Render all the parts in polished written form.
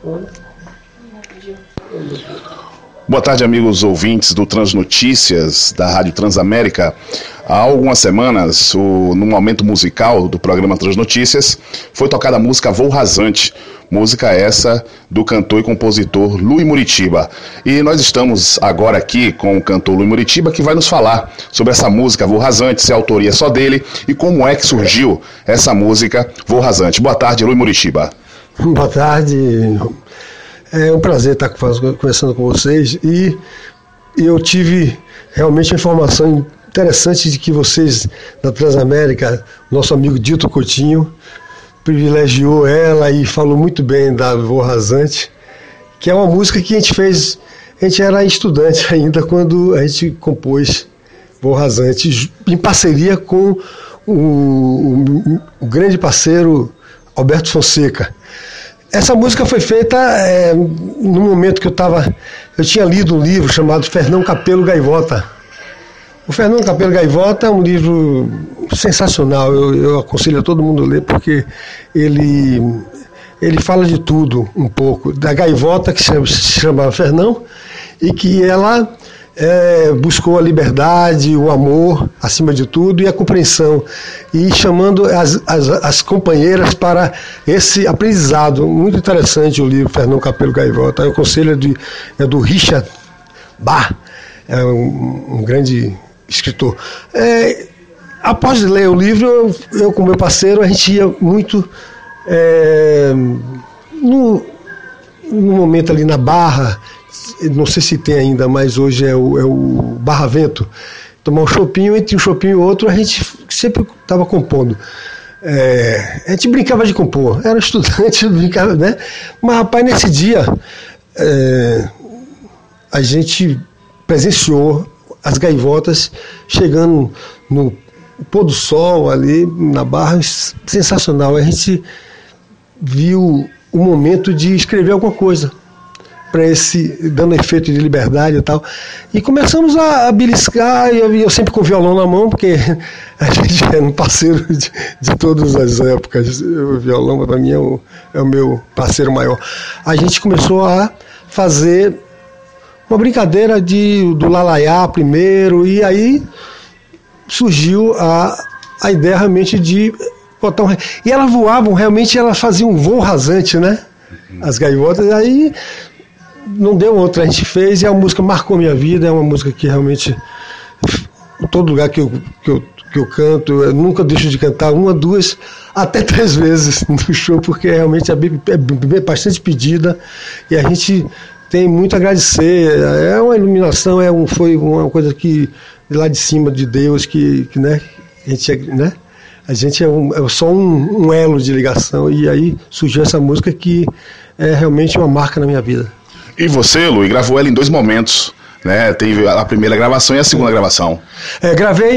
Boa tarde, amigos ouvintes do Transnotícias, da Rádio Transamérica. Há algumas semanas, no momento musical do programa Transnotícias, foi tocada a música Voo Rasante, música essa do cantor e compositor Luiz Muritiba. E nós estamos agora aqui com o cantor Luiz Muritiba, que vai nos falar sobre essa música Voo Rasante, se a autoria é só dele e como é que surgiu essa música Voo Rasante. Boa tarde, Luiz Muritiba. Boa tarde. É um prazer estar conversando com vocês e eu tive realmente uma informação interessante de que vocês da Transamérica, nosso amigo Dito Coutinho, privilegiou ela e falou muito bem da Voo Rasante, que é uma música que a gente fez, a gente era estudante ainda quando a gente compôs Voo Rasante, em parceria com o grande parceiro Alberto Fonseca. Essa música foi feita no momento que eu tinha lido um livro chamado Fernão Capelo Gaivota. O Fernão Capelo Gaivota é um livro sensacional, eu aconselho a todo mundo a ler, porque ele fala de tudo um pouco. Da gaivota, que se chamava Fernão, e que ela buscou a liberdade, o amor, acima de tudo, e a compreensão, e chamando as companheiras para esse aprendizado. Muito interessante o livro Fernão Capelo Gaivota. Eu aconselho, é do Richard Bach, é um grande escritor. Após ler o livro, eu com meu parceiro, a gente ia muito no momento ali na Barra, não sei se tem ainda, mas hoje é o Barra Vento, tomar um chopinho, entre um chopinho e outro a gente sempre estava compondo. A gente brincava de compor, era estudante, brincava, né? Mas rapaz, nesse dia a gente presenciou as gaivotas chegando no pôr do sol ali na Barra, sensacional. A gente viu o momento de escrever alguma coisa para dando efeito de liberdade e tal, e começamos a beliscar, e eu sempre com o violão na mão, porque a gente é um parceiro de todas as épocas. O violão para mim é o meu parceiro maior. A gente começou a fazer uma brincadeira do lalaiá primeiro, e aí surgiu a ideia realmente de botar e elas voavam, realmente elas faziam um voo rasante, né? As gaivotas, aí não deu outra, a gente fez, e a música marcou minha vida. É uma música que realmente, em todo lugar que eu canto, eu nunca deixo de cantar 1, 2, até 3 vezes no show, porque realmente é bastante pedida, e a gente tem muito a agradecer. É uma iluminação, foi uma coisa que lá de cima de Deus, que né, a gente é só um elo de ligação, e aí surgiu essa música que é realmente uma marca na minha vida. E você, Luiz, gravou ela em 2 momentos, né? Teve a primeira gravação e a segunda gravação. Gravei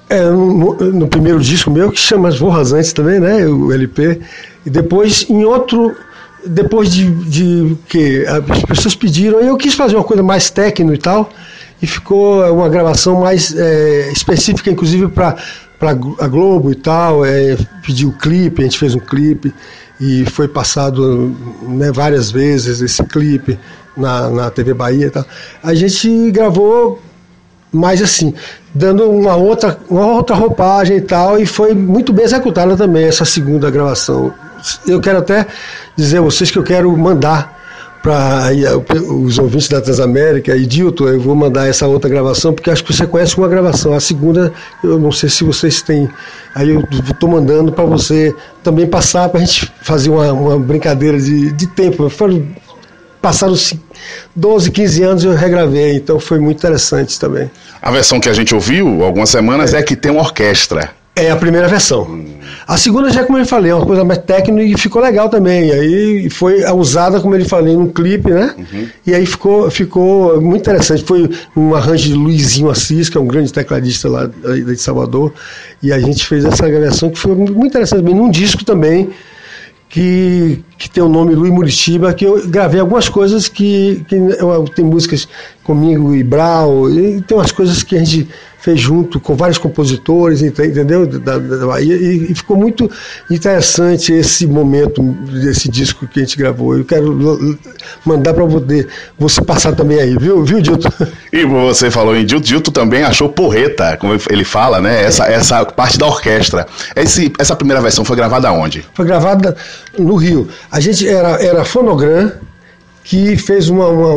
no primeiro disco meu, que chama Voo Rasante também, né? O LP. E depois em outro, depois de que as pessoas pediram, eu quis fazer uma coisa mais técnica e tal, e ficou uma gravação mais específica, inclusive para a Globo e tal. Pediu o clipe, a gente fez um clipe, e foi passado, né, várias vezes esse clipe na TV Bahia e tal. A gente gravou mais assim, dando uma outra roupagem e tal, e foi muito bem executada também essa segunda gravação. Eu quero até dizer a vocês que eu quero mandar para os ouvintes da Transamérica, e Dilton, eu vou mandar essa outra gravação, porque acho que você conhece uma gravação. A segunda, eu não sei se vocês têm, aí eu estou mandando para você também passar, para a gente fazer uma brincadeira de tempo. Passaram 12, 15 anos e eu regravei, então foi muito interessante também. A versão que a gente ouviu algumas semanas é que tem uma orquestra. É a primeira versão. A segunda, já como eu falei, é uma coisa mais técnica, e ficou legal também. E aí foi usada, como ele falei, num clipe, né? E aí ficou muito interessante. Foi um arranjo de Luizinho Assis, que é um grande tecladista lá de Salvador. E a gente fez essa gravação que foi muito interessante também, num disco também, que tem o nome Luiz Muritiba, que eu gravei algumas coisas tem músicas comigo e Brau, e tem umas coisas que a gente fez junto com vários compositores, entendeu? Da Bahia, e ficou muito interessante esse momento desse disco que a gente gravou. Eu quero mandar para você passar também aí, viu, Dilton? E você falou em Dilton também achou porreta, como ele fala, né? Essa parte da orquestra. Essa primeira versão foi gravada onde? Foi gravada no Rio. A gente era Fonogram, que fez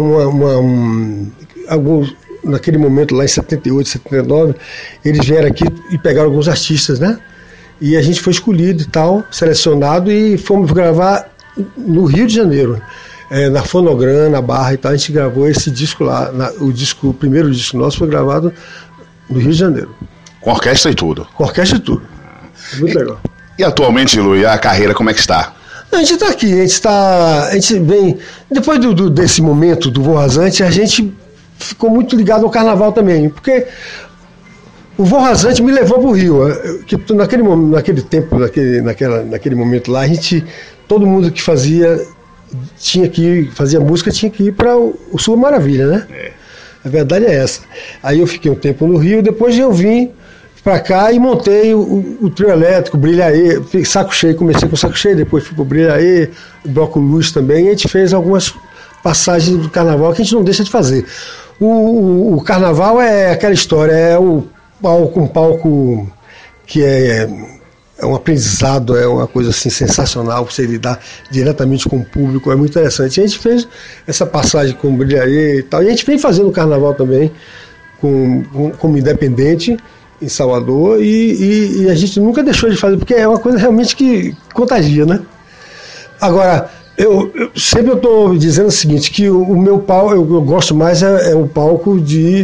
alguns, naquele momento lá em 78, 79, eles vieram aqui e pegaram alguns artistas, né? E a gente foi escolhido e tal, selecionado, e fomos gravar no Rio de Janeiro, na Fonogram, na Barra e tal. A gente gravou esse disco lá, o primeiro disco nosso foi gravado no Rio de Janeiro. Com orquestra e tudo? Com orquestra e tudo. Muito legal. E atualmente, Luiz, a carreira como é que está? A gente está aqui, a gente vem, depois desse momento do Voo Rasante, a gente ficou muito ligado ao carnaval também, porque o Voo Rasante me levou para o Rio, que naquele tempo, naquele momento lá, todo mundo que fazia música tinha que ir para o Sul Maravilha, né? A verdade é essa. Aí eu fiquei um tempo no Rio, depois eu vim para cá e montei o trio elétrico, Brilhaê, Saco Cheio, comecei com Saco Cheio, depois fui pro Brilhaê, Bloco Luz também, e a gente fez algumas passagens do carnaval que a gente não deixa de fazer. O carnaval é aquela história, é um palco que é um aprendizado, é uma coisa assim sensacional, você lidar diretamente com o público, é muito interessante. A gente fez essa passagem com o Brilhaê e tal, e a gente vem fazendo o carnaval também como independente, em Salvador, e a gente nunca deixou de fazer, porque é uma coisa realmente que contagia, né? Agora, eu sempre estou dizendo o seguinte, que o meu palco, eu gosto mais é o palco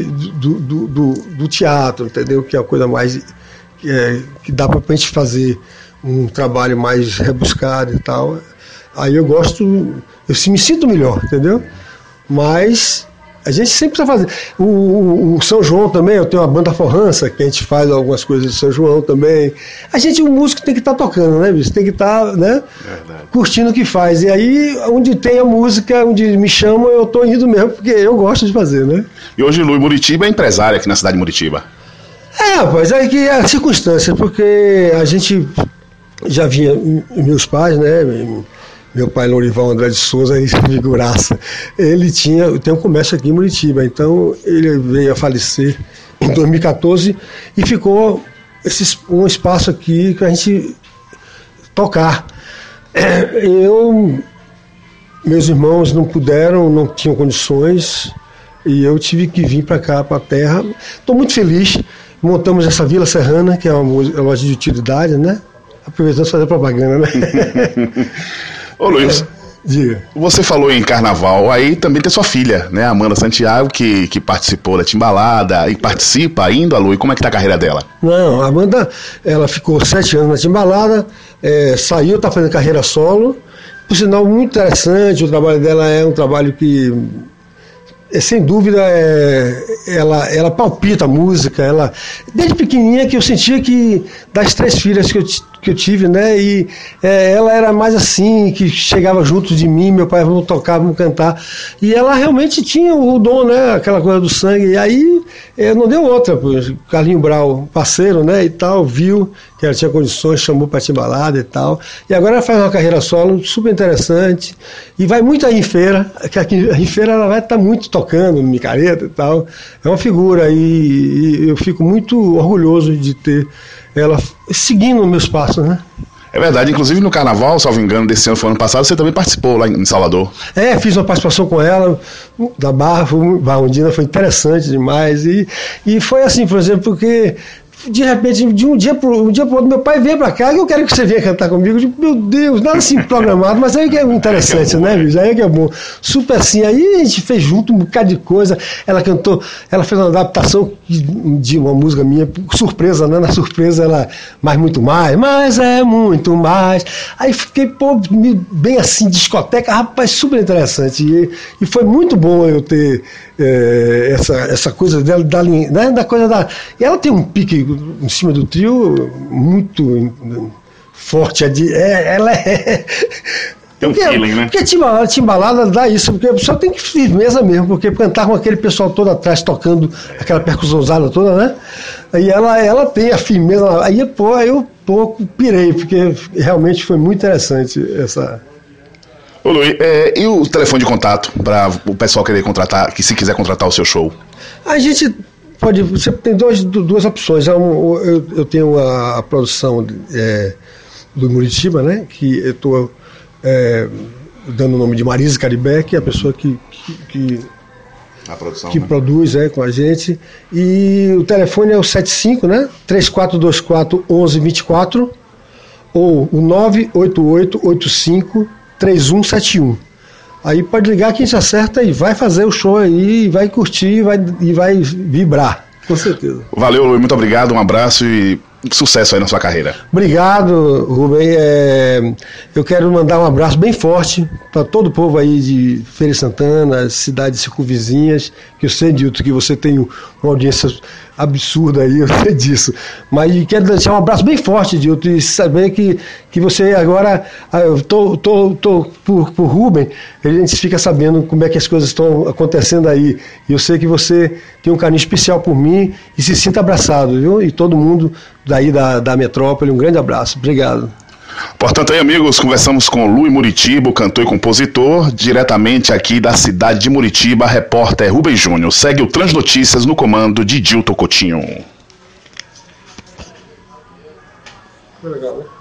do teatro, entendeu? Que é a coisa mais que dá para a gente fazer um trabalho mais rebuscado e tal. Aí eu me sinto melhor, entendeu? Mas a gente sempre precisa fazer. O São João também, eu tenho uma banda forrança, que a gente faz algumas coisas de São João também. O músico tem que estar tocando, né, bicho? Tem que estar, né, curtindo o que faz. E aí, onde tem a música, onde me chamam, eu estou indo mesmo, porque eu gosto de fazer, né? E hoje Luiz Muritiba é empresário aqui na cidade de Muritiba. Rapaz, é que é a circunstância, porque a gente já vinha, meus pais, né, meu pai, Lourival André de Souza, figuraça, ele tem um comércio aqui em Muritiba, então ele veio a falecer em 2014 e ficou um espaço aqui que a gente tocar. Meus irmãos não tinham condições, e eu tive que vir para cá, para a terra. Estou muito feliz. Montamos essa Vila Serrana, que é uma loja de utilidade, né? Aproveitando de fazer propaganda, né? Ô Luiz, diga. Você falou em carnaval, aí também tem sua filha, né? Amanda Santiago, que participou da Timbalada e participa ainda, Lu, e como é que tá a carreira dela? Não, a Amanda, ela ficou 7 anos na Timbalada, saiu, tá fazendo carreira solo, por sinal muito interessante, o trabalho dela é um trabalho que, sem dúvida, ela palpita a música, desde pequenininha que eu sentia que, das 3 filhas que eu tive, né, e ela era mais assim, que chegava junto de mim, meu pai, vamos tocar, vamos cantar, e ela realmente tinha o dom, né, aquela coisa do sangue, e aí não deu outra, pois, Carlinho Brau, parceiro, né, e tal, viu que ela tinha condições, chamou para Timbalada e tal, e agora ela faz uma carreira solo super interessante, e vai muito aí em feira, que aqui em feira ela vai estar muito tocando, micareta e tal, é uma figura, e eu fico muito orgulhoso de ter ela seguindo os meus passos, né? É verdade, inclusive no carnaval, salvo engano, desse ano, foi ano passado, você também participou lá em Salvador. Fiz uma participação com ela, da Barra Barrondina, foi interessante demais, e foi assim, por exemplo, porque de repente, de um dia pro outro, meu pai veio pra cá, que eu quero que você venha cantar comigo. Eu digo, meu Deus, nada assim programado, mas aí que é interessante, né, bicho? Aí que é bom. Super assim, aí a gente fez junto um bocado de coisa. Ela cantou, ela fez uma adaptação de uma música minha, surpresa, né? Na surpresa ela, mas é muito mais. Aí fiquei, bem assim, discoteca, rapaz, super interessante. E foi muito bom eu ter essa coisa dela, da coisa da. E ela tem um pique em cima do trio muito forte. Tem um feeling, né? Porque timbalada dá isso, porque a pessoa tem que firmeza mesmo, porque cantar com aquele pessoal todo atrás tocando aquela percussãozada toda, né? Aí ela tem a firmeza, aí pô, eu pirei, porque realmente foi muito interessante essa... Ô Luiz, e o telefone de contato para o pessoal querer contratar, que se quiser contratar o seu show? A gente pode, você tem duas opções. Eu tenho a produção do Muritiba, né? Que eu estou dando o nome de Marisa Caribé, que é a pessoa que a produção, né? Produz com a gente. E o telefone é o 75, né? 3424-1124 ou o 988-85-3171. Aí pode ligar que a gente acerta e vai fazer o show aí, e vai curtir e vai vibrar, com certeza. Valeu, Luiz, muito obrigado, um abraço e sucesso aí na sua carreira. Obrigado, Rubem. Eu quero mandar um abraço bem forte para todo o povo aí de Feira de Santana, cidades circunvizinhas, que eu sei, Dilton, que você tem uma audiência absurda aí, eu sei disso. Mas quero deixar um abraço bem forte, Dilton, e saber que você agora, eu tô por Rubem, a gente fica sabendo como é que as coisas estão acontecendo aí. E eu sei que você tem um carinho especial por mim e se sinta abraçado, viu? E todo mundo daí da metrópole, um grande abraço. Obrigado. Portanto, aí, amigos, conversamos com o Luiz Muritiba, cantor e compositor, diretamente aqui da cidade de Muritiba, repórter Rubem Júnior. Segue o Transnotícias no comando de Dilton Coutinho. Foi legal, né?